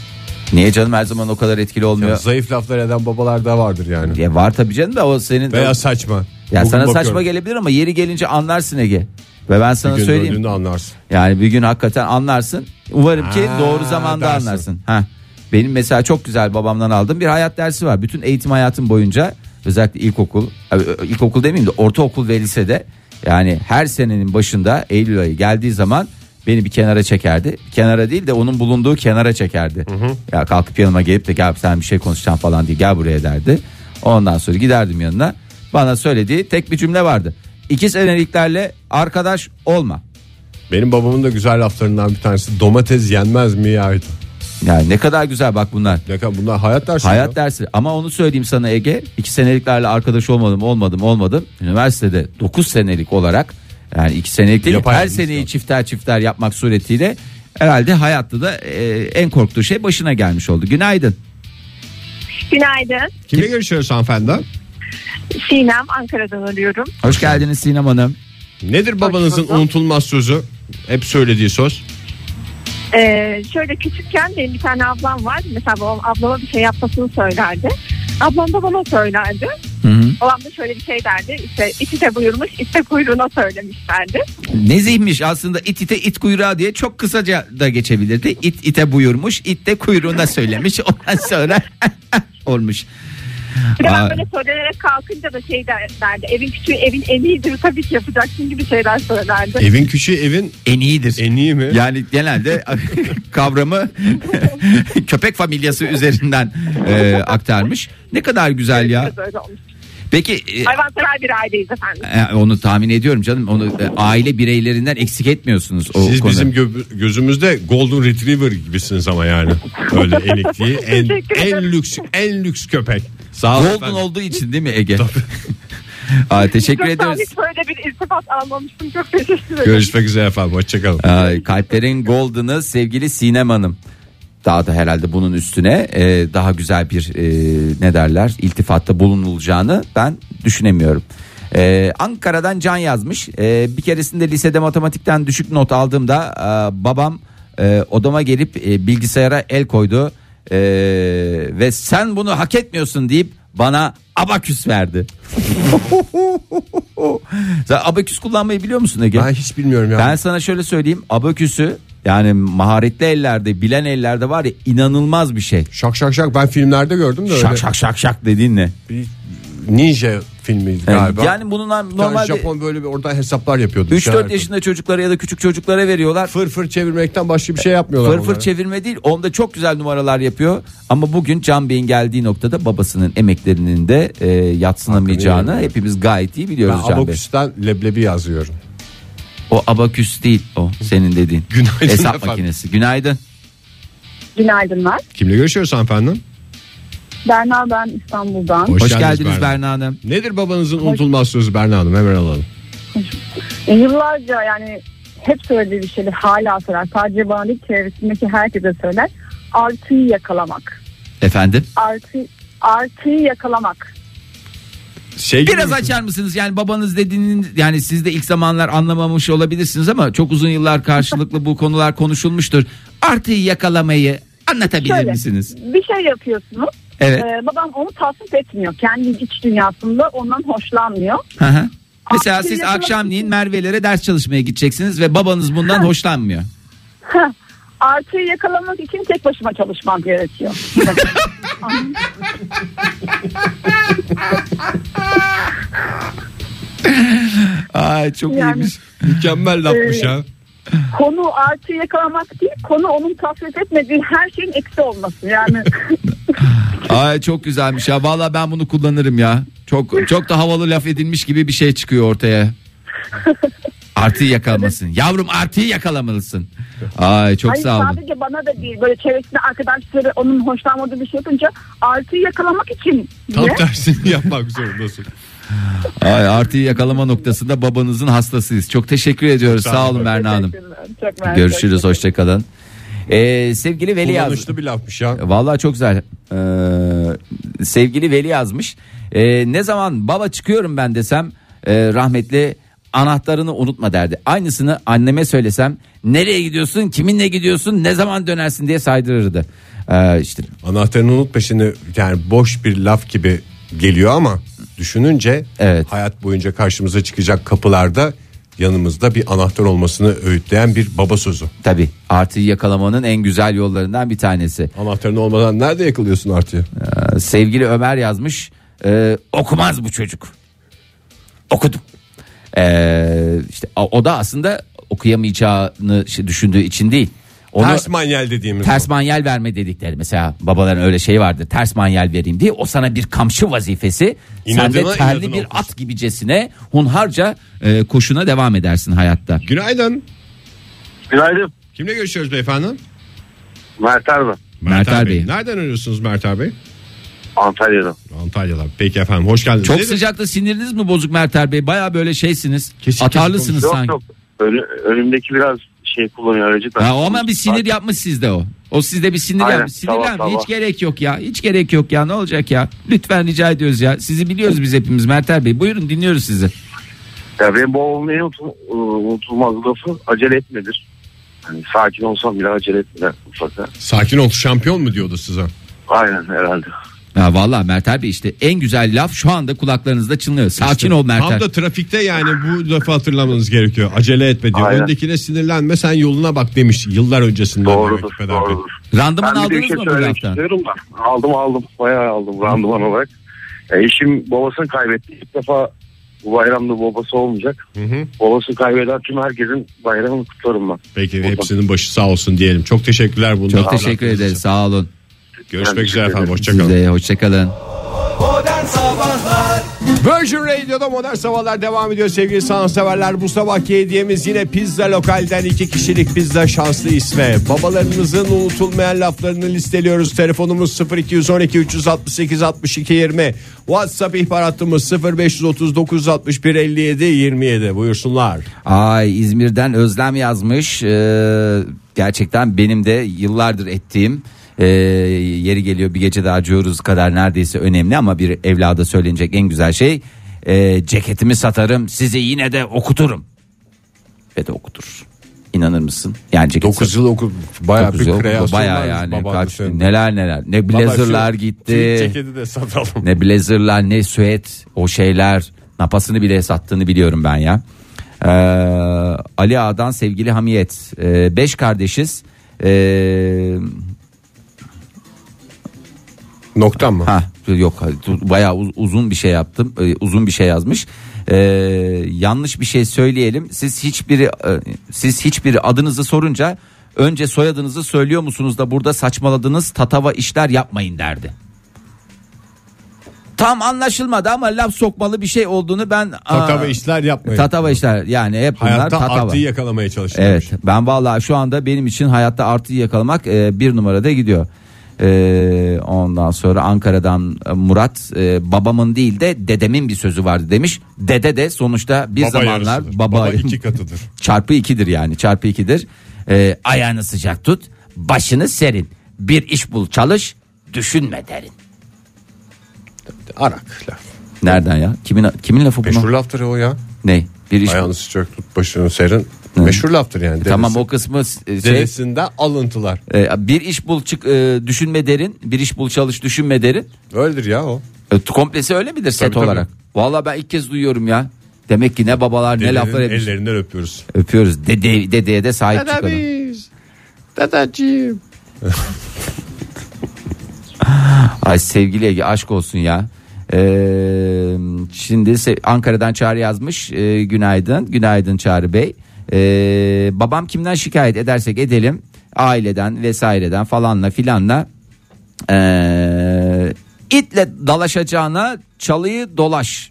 Niye canım, her zaman o kadar etkili olmuyor. Ya zayıf laflar eden babalar da vardır yani. Ya var tabii canım da o senin. Veya saçma. Ya Bugün sana bakıyorum. saçma gelebilir ama yeri gelince anlarsın Ege. Ve ben sana Bir gün söyleyeyim. döndüğünde anlarsın. Yani bir gün hakikaten anlarsın. Umarım ki Ha, doğru zamanda dersin. anlarsın. Ha. Benim mesela çok güzel babamdan aldığım bir hayat dersi var. Bütün eğitim hayatım boyunca, özellikle ilkokul, ilkokul demeyeyim de ortaokul ve lisede, yani her senenin başında Eylül ayı geldiği zaman beni bir kenara çekerdi. Kenara değil de onun bulunduğu kenara çekerdi. Hı hı. Ya kalkıp yanıma gelip de gel sen bir şey konuşacağım falan diye, gel buraya derdi. Ondan sonra giderdim yanına. Bana söylediği tek bir cümle vardı. İki seneliklerle arkadaş olma. Benim babamın da güzel laflarından bir tanesi, domates yenmez mi ya? Yani ne kadar güzel bak bunlar. Ne kadar bunlar hayat dersi. Hayat ya. dersi. Ama onu söyleyeyim sana Ege, iki seneliklerle arkadaş olmadım olmadım olmadım. Üniversitede dokuz senelik olarak, yani iki senelik değil, Yapay her bir seneyi şey. çifter çifter yapmak suretiyle herhalde hayatta da e, en korktuğu şey başına gelmiş oldu. Günaydın. Günaydın. Kimle görüşüyoruz hanımefendi? Sinem, Ankara'dan arıyorum. Hoş geldiniz Sinem Hanım. Nedir babanızın bulduk. unutulmaz sözü? Hep söylediği söz. Ee, şöyle küçükken benim bir tane ablam var. Mesela babam ablama bir şey yapmasını söylerdi. Ablam da bana söylerdi. Hı hı. Babam da şöyle bir şey derdi. İşte it ite buyurmuş, ite kuyruğuna söylemişlerdi. Nezihmiş aslında, it ite it kuyruğa diye çok kısaca da geçebilirdi. İt ite buyurmuş, it de kuyruğuna söylemiş. Ondan sonra olmuş. Bir de ben Aa. böyle söylenerek kalkınca da şey der- derdi. Evin küçüğü evin en iyidir, tabii ki yapacaksın gibi şeyler söylerdi. Evin küçüğü evin En iyidir. en iyi mi? Yani genelde kavramı köpek familyası üzerinden e, aktarmış. Ne kadar güzel ya. Böyle olmuş. Peki e, Hayvansever bir aileyiz efendim. e, onu tahmin ediyorum canım. Onu e, aile bireylerinden eksik etmiyorsunuz o Siz konuda. bizim gö- gözümüzde Golden Retriever gibisiniz ama yani. Öyle enikliği en, Teşekkür en ederim. lüks en lüks köpek. Sağ olun Golden efendim. olduğu için değil mi Ege? Aa, teşekkür Çok ediyoruz. hiç böyle bir iltifat almamıştım. Çok teşekkür ederim. Görüşmek üzere efendim. Hoşçakalın. Aa, kalplerin Golden'ı sevgili Sinem Hanım. Daha da herhalde bunun üstüne e, daha güzel bir e, ne derler iltifatta bulunulacağını ben düşünemiyorum. E, Ankara'dan Can yazmış. E, bir keresinde lisede matematikten düşük not aldığımda e, babam e, odama gelip e, bilgisayara el koydu e, ve sen bunu hak etmiyorsun deyip bana abaküs verdi. Sen abaküs kullanmayı biliyor musun Ege? Ben hiç bilmiyorum ya. Ben sana şöyle söyleyeyim, abaküsü yani maharetli ellerde, bilen ellerde var ya, inanılmaz bir şey. Şak şak şak ben filmlerde gördüm de öyle. Şak şak şak şak dediğin ne? Bir ninja filmiydi Yani, galiba. yani bunlar Bir tane normalde Japon böyle bir orada hesaplar yapıyordu. üç dört yaşında çocuklara ya da küçük çocuklara veriyorlar. Fır fır çevirmekten başka bir şey yapmıyorlar. Fır fır onlara. çevirme değil, onda çok güzel numaralar yapıyor. Ama bugün Can Bey'in geldiği noktada babasının emeklerinin de e, yadsınamayacağını Hakkını hepimiz gayet iyi biliyoruz Ben Can Bey. abaküsten leblebi yazıyorum. O abaküs değil o senin dediğin. Günaydın Hesap efendim. makinesi. Günaydın. Günaydınlar. Kimle görüşüyoruz hanımefendi? Berna, ben İstanbul'dan. Hoş, geldiniz Berna Hanım. Nedir babanızın unutulmaz sözü Berna Hanım? Hemen alalım. E, yıllarca yani hep söylediği bir şeydi, hala söyler. Sadece bana değil, çevresindeki herkese söyler. Artıyı yakalamak. Efendim? Artı, artıyı yakalamak. Şey gibi Biraz mi? açar mısınız? Yani babanız dediğinin, yani siz de ilk zamanlar anlamamış olabilirsiniz ama çok uzun yıllar karşılıklı bu konular konuşulmuştur. Artıyı yakalamayı anlatabilir Şöyle, misiniz? bir şey yapıyorsunuz. Evet. Ee, babam onu tasvip etmiyor. Kendi iç dünyasında ondan hoşlanmıyor. Hı hı. Mesela Artıyı siz yakalamak akşamleyin için- Merve'lere ders çalışmaya gideceksiniz ve babanız bundan hoşlanmıyor. Heh, artıyı yakalamak için tek başıma çalışmam gerekiyor. Ay çok Yani- iyiymiş. Mükemmel lafmış Ee, ha. Konu artıyı yakalamak değil, konu onun tasvip etmediği her şeyin eksi olması. Yani Ay çok güzelmiş ya. Vallahi ben bunu kullanırım ya. Çok çok da havalı laf edilmiş gibi bir şey çıkıyor ortaya. Artıyı yakalamasın. Yavrum artıyı yakalamalısın. Ay çok hayır, sağ olun. sadece bana da değil, böyle çevresinde arkadaşları onun hoşlanmadığı bir şey yapınca artıyı yakalamak için Tam diye. tersini yapmak zorundasın. Ay artıyı yakalama noktasında babanızın hastasıyız. Çok teşekkür ediyoruz. Sağ Sağ olun. olun Berna Hanım. Çok mersi. Görüşürüz, hoşçakalın. Ee, sevgili Veli yazmış. Kullanışlı bir lafmış ya. Vallahi çok güzel. Ee, sevgili Veli yazmış. Ee, ne zaman baba çıkıyorum ben desem e, rahmetli anahtarını unutma derdi. Aynısını anneme söylesem nereye gidiyorsun, kiminle gidiyorsun, ne zaman dönersin diye saydırırdı. Ee, işte Anahtarını unutma şimdi, yani boş bir laf gibi geliyor ama düşününce Evet. hayat boyunca karşımıza çıkacak kapılarda yanımızda bir anahtar olmasını öğütleyen bir baba sözü. tabii artıyı yakalamanın en güzel yollarından bir tanesi. Anahtarın olmadan nerede yakalıyorsun artıyı? Ee, sevgili Ömer yazmış. Ee, okumaz bu çocuk. Okudum. Ee, işte o, o da aslında okuyamayacağını şey düşündüğü için değil. Onu, Ters manyel dediğimiz. ters manyel verme dedikleri. Mesela babaların öyle şey vardır. Ters manyel vereyim diye. O sana bir kamçı vazifesi. Sen de İnadına terli inadına bir okursun. at gibicesine hunharca e, koşuna devam edersin hayatta. Günaydın. Günaydın. Kimle görüşüyoruz beyefendi? Mert Erba. Mert Bey. Nereden arıyorsunuz Mert Bey? Antalya'dan. Antalya'dan. Peki efendim, hoş geldiniz. Çok Nedir? sıcakta siniriniz mi bozuk Mert Bey? Baya böyle şeysiniz. Kesik atarlısınız kesik Yok sanki. yok. Önü, önümdeki biraz şey kullanıyor aracı. da. Ha, o ama bir sinir yapmış sizde o. O sizde bir sinir Aynen, yapmış. Sinirlen sabah, sabah. hiç gerek yok ya. Hiç gerek yok ya. Ne olacak ya? Lütfen rica ediyoruz ya. Sizi biliyoruz biz hepimiz Mert Bey. Buyurun dinliyoruz sizi. Ya benim babamın en unutul, unutulmaz lafı acele etmedir. Hani sakin olsam bile acele etme mutlaka. Sakin ol, şampiyon mu diyordu size? Aynen herhalde. Ya vallahi Mert Bey işte en güzel laf şu anda kulaklarınızda çınlıyor. Sakin ol Mert Tam da trafikte yani bu lafı hatırlamanız gerekiyor. Acele etme diyor. Aynen. Öndekine sinirlenme, sen yoluna bak demiş yıllar öncesinden. Doğrudur, demek Peder Bey. doğrudur. Randıman Ben bir de bir aldınız şey mı bu söylemek laftan? istiyorum da. Aldım aldım. Bayağı aldım randıman olarak. E, eşim babasını kaybetti. İlk defa bu bayramda babası olmayacak. Hı hı. Babasını kaybeden tüm herkesin bayramını kutlarım ben. Peki Buradan. hepsinin başı sağ olsun diyelim. Çok teşekkürler bundan. Çok teşekkür ederiz. Sağ olun. Görüşmek Ben üzere teşekkür efendim. ederim. Hoşçakalın. Size hoşçakalın. Modern Sabahlar Virgin Radio'da Modern Sabahlar devam ediyor sevgili sanatseverler. Bu sabahki hediyemiz yine Pizza Lokal'den iki kişilik pizza şanslı isme. Babalarınızın unutulmayan laflarını listeliyoruz. Telefonumuz sıfır iki on iki üç altı sekiz altmış iki yirmi. WhatsApp ihbar hattımız sıfır beş otuz dokuz altmış bir elli yedi yirmi yedi. Buyursunlar. Ay İzmir'den Özlem yazmış. Ee, gerçekten benim de yıllardır ettiğim e, yeri geliyor bir gece daha harcıyoruz kadar neredeyse önemli ama bir evlada söylenecek en güzel şey e, ceketimi satarım sizi yine de okuturum ve de okutur. İnanır mısın? Yani ceket dokuz yıl okul bayağı dokuz bir yıl, kreasyon bayağı varmış yani babanda kaç senin. neler neler ne blazerlar gitti. Ceketi de satalım. Ne blazerlar ne süet o şeyler napasını bile sattığını biliyorum ben ya. Ee, Ali Ağa'dan sevgili Hamiyet. Ee, beş kardeşiz. Ee, Nokta mı? ha yok bayağı uz- uzun bir şey yaptım. Ee, uzun bir şey yazmış. Ee, yanlış bir şey söyleyelim. Siz hiçbiri e, siz hiçbiri adınızı sorunca önce soyadınızı söylüyor musunuz da burada saçmaladığınız tatava işler yapmayın derdi. Tam anlaşılmadı ama laf sokmalı bir şey olduğunu ben Tatava aa, işler yapmayın. tatava işler yani hep bunlar Hayatta tatava. artıyı yakalamaya çalışıyorlar. Evet ben vallahi şu anda benim için hayatta artıyı yakalamak e, bir numarada gidiyor. E, ondan sonra Ankara'dan e, Murat e, babamın değil de dedemin bir sözü vardı demiş. Dede de sonuçta bir Baba zamanlar yarısıdır. baba, Baba iki katıdır. çarpı ikidir yani çarpı ikidir. E, ayağını sıcak tut başını serin bir iş bul çalış düşünme derin. Arak laf. Nereden ya? Kimin kimin lafı bu? Meşhur laftır o ya. Ne? Bir iş. Ayağını sıcak tut, başını serin. Meşhur laftır yani. Tamam Dedesi- o kısmı e, şey. Dedesinden alıntılar. e, bir iş bul çık e, düşünme derin. Bir iş bul çalış düşünme derin. Öyledir ya o. E, komplesi öyle midir set Tabii, tabii. olarak? Vallahi ben ilk kez duyuyorum ya. Demek ki ne babalar ne Dedenin laflar etmiş. ellerinden öpüyoruz. Öpüyoruz. Dede, dedeye de sahip çıkalım. Dedeciğim. Ay sevgili Ege aşk olsun ya. Ee, şimdi se- Ankara'dan Çağrı yazmış. Ee, günaydın. Günaydın Çağrı Bey. Ee, babam kimden şikayet edersek edelim. Aileden vesaireden falanla filanla. Ee, itle dalaşacağına çalıyı dolaş.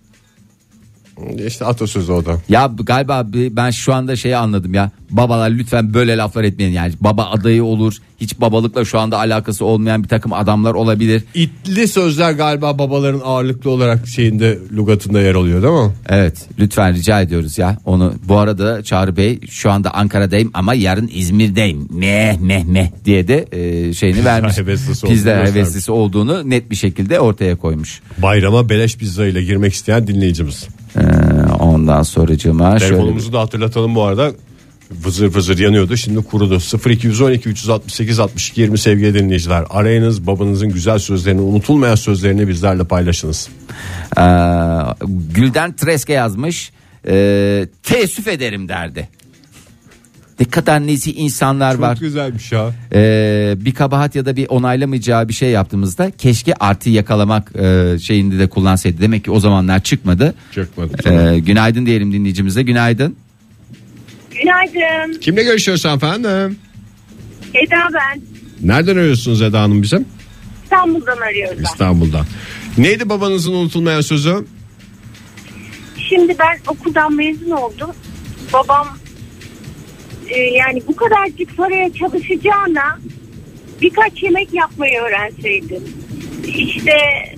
İşte atasözü o da. Ya galiba ben şu anda şeyi anladım ya. Babalar lütfen böyle laflar etmeyin yani. Baba adayı olur. Hiç babalıkla şu anda alakası olmayan bir takım adamlar olabilir. İtli sözler galiba babaların ağırlıklı olarak şeyinde, lügatında yer alıyor değil mi? Evet lütfen rica ediyoruz ya. Onu bu arada Çağrı Bey şu anda Ankara'dayım ama yarın İzmir'deyim. Meh meh meh diye de e, şeyini vermiş. heveslisi Pizza olduğunu heveslisi olduğunu net bir şekilde ortaya koymuş. Bayrama beleş pizza ile girmek isteyen dinleyicimiz. Ee, ondan sonracığıma şöyle. Telefonumuzu da hatırlatalım bu arada. Vızır vızır yanıyordu, şimdi kurudu. sıfır iki on iki üç altı sekiz altmış iki yirmi sevgili dinleyiciler. Arayınız, babanızın güzel sözlerini, unutulmayan sözlerini bizlerle paylaşınız. Ee, Gülden Treske yazmış. Ee, teessüf ederim derdi. Ne kadar nezih insanlar Çok var. Çok güzelmiş ya. Ee, bir kabahat ya da bir onaylamayacağı bir şey yaptığımızda keşke artıyı yakalamak e, şeyini de kullansaydı. Demek ki o zamanlar çıkmadı. Çıkmadı. Ee, günaydın diyelim dinleyicimize. Günaydın. Günaydın. Kimle görüşüyoruz efendim? Eda ben. Nereden arıyorsunuz Eda Hanım bizim? İstanbul'dan arıyorum ben. İstanbul'dan. Neydi babanızın unutulmayan sözü? Şimdi ben okuldan mezun oldum. Babam e, yani bu kadarcık paraya çalışacağına birkaç yemek yapmayı öğrenseydin. İşte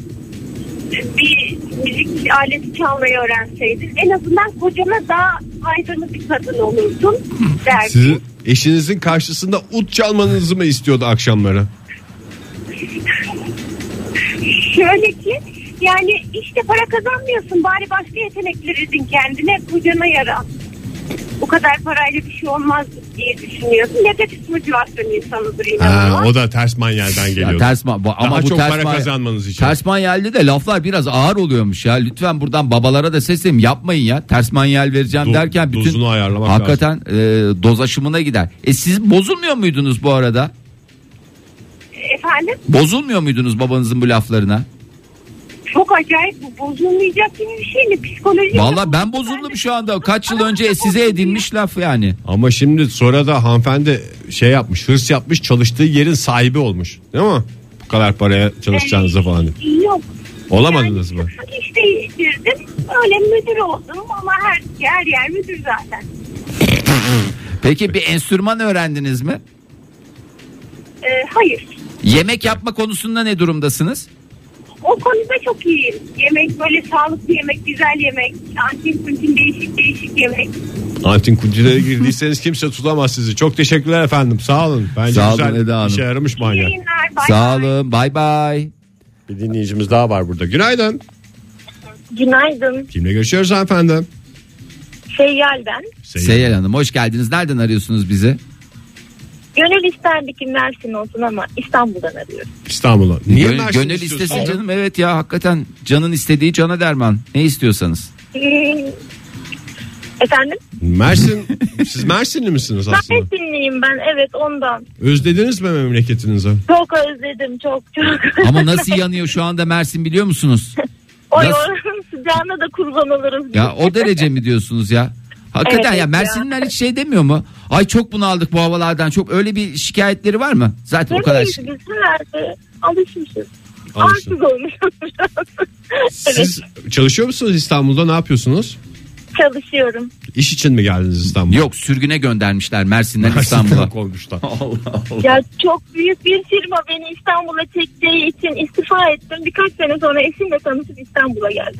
bir müzik aleti çalmayı öğrenseydin. En azından kocana daha faydalı bir kadın olurdun derdi. Sizin eşinizin karşısında ut çalmanızı mı istiyordu akşamları? Şöyle ki yani işte para kazanmıyorsun, bari başka yetenekler edin kendine, kocana yara. Bu kadar parayla bir şey olmaz diye düşünüyorsun. Negatif motivasyon insanıdır inanılmaz. Ha, o da ters manyelden geliyor. Ya ters ma- ama Daha bu çok ters para ma- kazanmanız için. Ters manyelde de laflar biraz ağır oluyormuş ya. Lütfen buradan babalara da sesleneyim, yapmayın ya. Ters manyel vereceğim Do- derken bütün dozunu ayarlamak hakikaten e, doz aşımına gider. E siz bozulmuyor muydunuz bu arada? Efendim? Bozulmuyor muydunuz babanızın bu laflarına? Çok acayip, bu bozulmayacak gibi bir şey mi? Psikolojik. Vallahi ben bozuldum şu anda. Kaç yıl önce size edinmiş laf yani. Ama şimdi sonra da hanımefendi şey yapmış, hırs yapmış, çalıştığı yerin sahibi olmuş. Değil mi? Bu kadar paraya çalışacağınıza falan. Yok. Olamadınız yani, mı? İş değiştirdim. Öyle müdür oldum ama her, her yer müdür zaten. Peki bir enstrüman öğrendiniz mi? Ee, hayır. Yemek yapma konusunda ne durumdasınız? O konuda çok iyiyim. Yemek, böyle sağlıklı yemek, güzel yemek, antin kuntin değişik değişik yemek. Antin kuntilere girdiyseniz kimse tutamaz sizi. Çok teşekkürler efendim. Sağ olun. Bence Sağ olun güzel Eda Hanım. işe yaramış manyak. Yayınlar, bay Sağ bay. olun. Bay bay. Bir dinleyicimiz daha var burada. Günaydın. Günaydın. Kimle görüşüyoruz efendim? Seyyal ben. Seyyal Hanım hoş geldiniz. Nereden arıyorsunuz bizi? Gönül isterdi ki Mersin olsun ama İstanbul'dan arıyorum. İstanbul'a. Niye Gönül, Mersin gönül istiyorsun istesin ya? canım. Evet ya hakikaten canın istediği cana derman. Ne istiyorsanız. Hmm. Efendim? Mersin, siz Mersinli misiniz aslında? Mersinliyim ben, evet, ondan. Özlediniz mi memleketinizi? Çok özledim, çok çok. Ama nasıl yanıyor şu anda Mersin biliyor musunuz? Oy Nasıl? oranın sıcağına da kurban oluruz. Ya o derece mi diyorsunuz ya? Hakikaten Evet ya ya. Mersinliler hiç şey demiyor mu? Ay çok bunu aldık bu havalardan. Çok öyle bir şikayetleri var mı? Zaten o kadar. Demeyiz, biz herhalde alışmışız. Alışın. Arsız olmuşuz biraz. Siz çalışıyor musunuz İstanbul'da? Ne yapıyorsunuz? Çalışıyorum. İş için mi geldiniz İstanbul'a? Yok sürgüne göndermişler Mersin'den İstanbul'a. Olmuşlar. Ya çok büyük bir firma beni İstanbul'a çektiği için istifa ettim. Birkaç sene sonra eşimle tanışıp İstanbul'a geldim.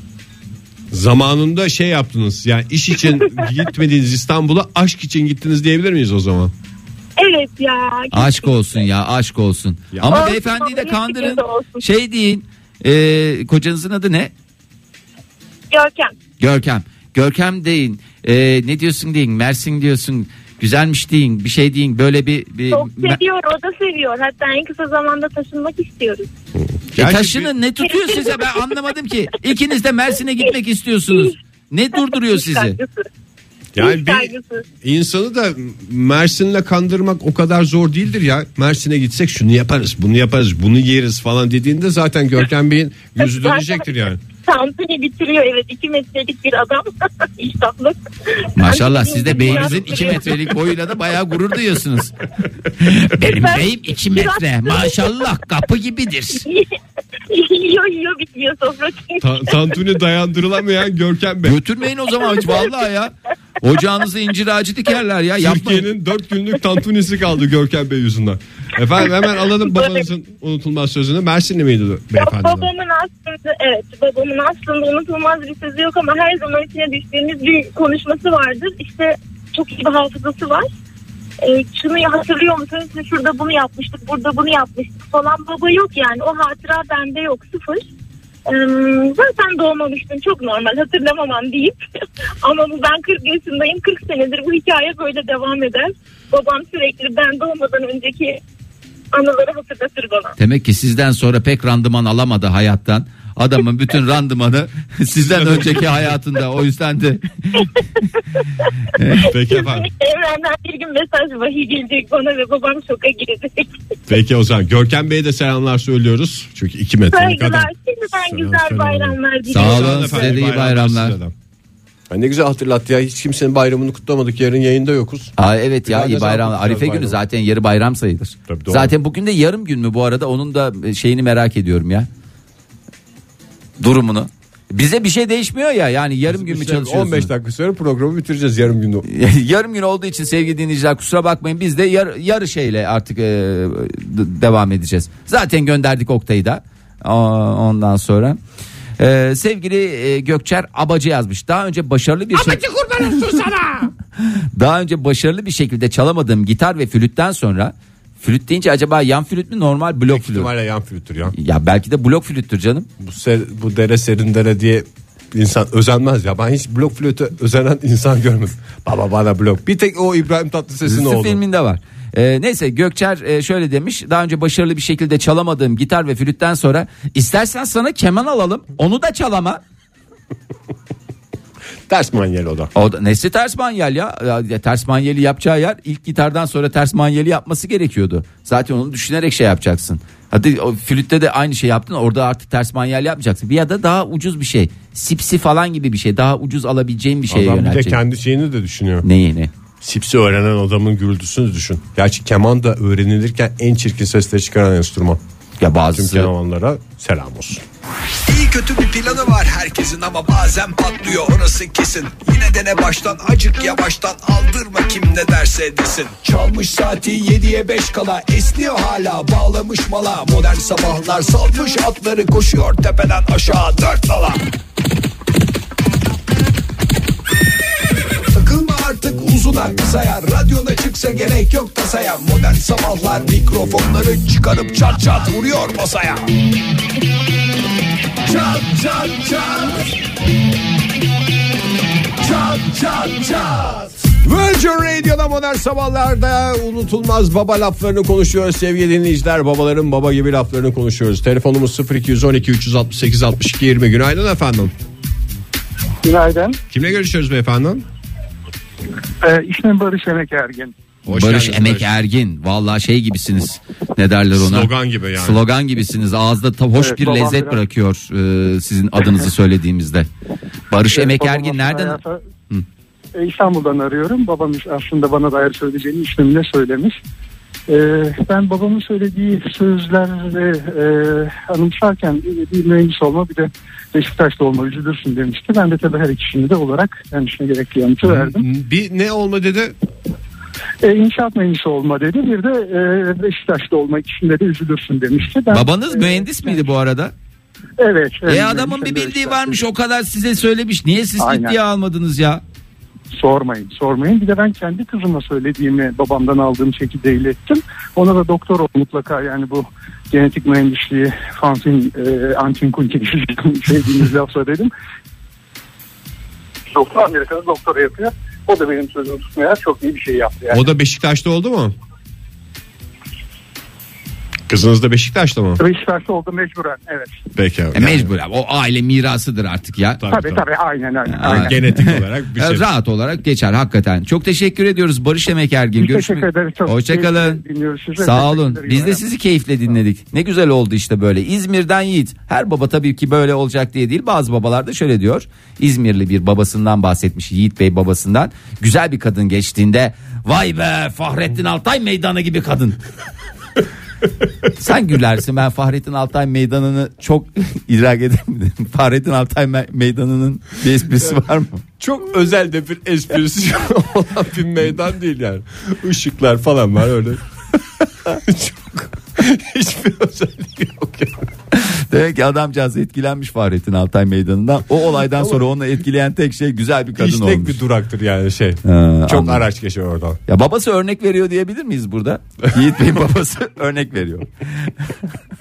Zamanında şey yaptınız. Yani iş için gitmediğiniz İstanbul'a aşk için gittiniz diyebilir miyiz o zaman? Evet ya. Aşk olsun ya aşk olsun. Ya. Ama Olsun, beyefendiyi de olsun, kandırın. hiçbir şey olsun. Şey deyin. E, kocanızın adı ne? Görkem. Görkem. Görkem deyin. E, ne diyorsun deyin. Mersin diyorsun. Güzelmiş deyin. Bir şey deyin. Böyle bir... bir Çok Me- seviyor, o da seviyor. Hatta en kısa zamanda taşınmak istiyoruz. E, Gerçi taşının ne tutuyor size ben anlamadım ki. İkiniz de Mersin'e gitmek istiyorsunuz. Ne durduruyor İş sizi? kaygısı. Yani İş bir kaygısı. insanı da Mersin'le kandırmak o kadar zor değildir ya. Mersin'e gitsek şunu yaparız, bunu yaparız, bunu yeriz falan dediğinde zaten Görkem Bey'in yüzü dönecektir yani. Tantuni bitiriyor, evet, iki metrelik bir adam. İştahlı. Maşallah siz de beyninizin iki metrelik boyuyla da bayağı gurur duyuyorsunuz. Benim Ben- beyim iki metre. Maşallah kapı gibidir. Yiyor yiyor bitmiyor sofra. Ta- tantuni dayandırılamayan Görkem Bey. Götürmeyin o zaman hiç vallahi ya. Ocağınıza incir ağacı dikerler ya. Yapmayın. Türkiye'nin dört günlük tantunisi kaldı Görkem Bey yüzünden. Efendim hemen alalım babanızın unutulmaz sözünü. Mersinli miydi beyefendi? Babamın aslında, evet, babamın aslında unutulmaz bir sözü yok ama her zaman içine düştüğümüz bir konuşması vardır. İşte çok iyi bir hafızası var. Ee, şunu hatırlıyor musunuz? Şurada bunu yapmıştık, burada bunu yapmıştık falan. Baba yok yani, o hatıra bende yok, sıfır. Ee, zaten doğmamıştım, çok normal, hatırlamamam deyip ama bu ben kırk yaşındayım, kırk senedir bu hikaye böyle devam eder. Babam sürekli ben doğmadan önceki anıları hatırlatır bana. Demek ki sizden sonra pek randıman alamadı hayattan. Adamın bütün randımanı sizden önceki hayatında, o yüzden de. Peki efendim. Evrenden bir gün mesaj vahiy gelecek bana ve babam şoka girecek. Peki o zaman Görkem Bey'e de selamlar söylüyoruz. Çünkü iki metrelik adam. Saygılar, şimdiden güzel bayramlar diliyorum. Sağ olun, size de iyi bayramlar. Ha, ne güzel hatırlattı ya, hiç kimsenin bayramını kutlamadık, yarın yayında yokuz. Aa, evet ya, iyi bayram. Arife bayramı. günü zaten yarı bayram sayılır. Tabii, doğru. Zaten bugün de yarım gün mü bu arada, onun da şeyini merak ediyorum ya. Durumunu. Bize bir şey değişmiyor ya, yani yarım gün mü çalışıyorsunuz? on beş dakika sonra programı bitireceğiz yarım gün. Yarım gün olduğu için sevgili dinleyiciler kusura bakmayın, biz de yar, yarı şeyle artık e, d- devam edeceğiz. Zaten gönderdik Oktay'ı da. Ondan sonra e, sevgili e, Gökçer Abacı yazmış. Daha önce başarılı bir şey. Abacı kurban olsun sana. Daha önce başarılı bir şekilde çalamadığım gitar ve flütten sonra, flüt deyince acaba yan flüt mü, normal blok flüt? İhtimalle yan flüttür ya. Ya belki de blok flüttür canım. Bu, ser, bu dere serin dere diye insan özenmez ya. Ben hiç blok flüte özenen insan görmedim. Baba bana blok. Bir tek o İbrahim Tatlıses'in oldu. Filminde var. Ee, neyse Gökçer e, şöyle demiş. Daha önce başarılı bir şekilde çalamadığım gitar ve flütten sonra istersen sana keman alalım, onu da çalama. Ters manyel o da. O da nesi ters manyel ya? ya ters manyeli yapacağı yer, ilk gitardan sonra ters manyeli yapması gerekiyordu. Zaten onu düşünerek şey yapacaksın. Hadi o flütte de aynı şey yaptın, orada artık ters manyel yapmayacaksın. Bir ya da daha ucuz bir şey, sipsi falan gibi bir şey, daha ucuz alabileceğin bir şeye Adam bir de yönelecek. kendi şeyini de düşünüyor. Neyi ne? Sipsi öğrenen adamın gürültüsünü düşün. Gerçi keman da öğrenilirken en çirkin sesleri çıkaran enstrüman. Ya bazı Tüm kemanlara selam olsun. İyi kötü bir planı var herkesin ama bazen patlıyor, orası kesin. Yine de ne baştan acık yavaştan aldırma kim ne derse desin. Çalmış saati yediye beş kala, esniyor hala bağlamış mala. Modern sabahlar salmış atları, koşuyor tepeden aşağı dört nala. Takılma artık uzuna kısaya, radyona çıksa gerek yok tasaya. Modern sabahlar mikrofonları çıkarıp çat çat vuruyor masaya. Çat çat çat. Çat çat çat. Virgin Radio'da Modern Sabahlar'da unutulmaz baba laflarını konuşuyoruz sevgili dinleyiciler. Babaların baba gibi laflarını konuşuyoruz. Telefonumuz sıfır iki on iki üç altı sekiz altmış iki yirmi. Günaydın efendim. Günaydın. Kimle görüşüyoruz beyefendi? Ee, ismim Barış Emek Ergin. Hoş Barış geldiniz, Emek Barış. Ergin. Vallahi şey gibisiniz. Ne derler ona? Slogan gibi yani. Slogan gibisiniz. Ağızda ta- hoş Evet, bir babam lezzet biraz- bırakıyor e, sizin adınızı söylediğimizde. Barış Evet, Emek babam Ergin aslında nereden? hayata- e, İstanbul'dan arıyorum. Babam aslında bana dair söyleyeceğini ismimle söylemiş. Ee, ben babamın söylediği sözleri e, anımsarken bir, bir mühendis olma, bir de Beşiktaş'ta olma, üzülürsün demişti. Ben de tabii her ikisini de olarak kendisine gerekli yanıtı verdim. Bir ne olma dedi? E, inşaat mühendisi olma dedi. Bir de e, Beşiktaş'ta olma, ikisinde de üzülürsün demişti. Ben, Babanız e, mühendis miydi bu arada? Evet. evet E adamın bir mühendis, bildiği evet. varmış, o kadar size söylemiş. Niye siz Aynen. ciddiye almadınız ya? Sormayın, sormayın. Bir de ben kendi kızıma söylediğimi babamdan aldığım şekilde ilettim. Ona da doktor ol mutlaka, yani bu genetik mühendisliği, fanfin, e, antin kuntin sevdiğimiz lafla dedim. Doktor Amerika'da doktora yapıyor. O da benim sözümü tutmaya çok iyi bir şey yaptı yani. O da Beşiktaş'ta oldu mu? Kızınız da Beşiktaş'ta mı? Beşiktaş'ta oldu mecburen, evet. Peki. E, mecbur abi. O aile mirasıdır artık ya. Tabii, Tabii tabii. tabii, aynen aynen. Ha, aynen. Genetik olarak bir E, şey. Rahat olarak geçer hakikaten. Çok teşekkür ediyoruz Barış Emek Ergin. Biz Görüşmek. teşekkür ederiz. Çok Hoşçakalın. keyifle dinliyoruz sizi. Sağ olun. Teşekkürler, Biz de iyi sizi keyifle dinledik. Ne güzel oldu işte böyle. İzmir'den Yiğit. Her baba tabii ki böyle olacak diye değil. Bazı babalar da şöyle diyor. İzmirli bir babasından bahsetmiş, Yiğit Bey babasından. Güzel bir kadın geçtiğinde vay be Fahrettin Altay meydanı gibi kadın. Sen gülersin, ben Fahrettin Altay meydanını çok idrak edemedim. Fahrettin Altay me- meydanının bir esprisi var mı? Çok özel de bir esprisi olan bir meydan değil yani. Işıklar falan var öyle. Çok hiçbir özelliği yok yani. Demek ki adamcağız etkilenmiş Fahrettin Altay meydanından. O olaydan sonra onu etkileyen tek şey güzel bir kadın İşlek olmuş. bir duraktır yani şey. Ha, Çok anladım. araç geçiyor oradan. Ya babası örnek veriyor diyebilir miyiz burada? Yiğit Bey babası örnek veriyor.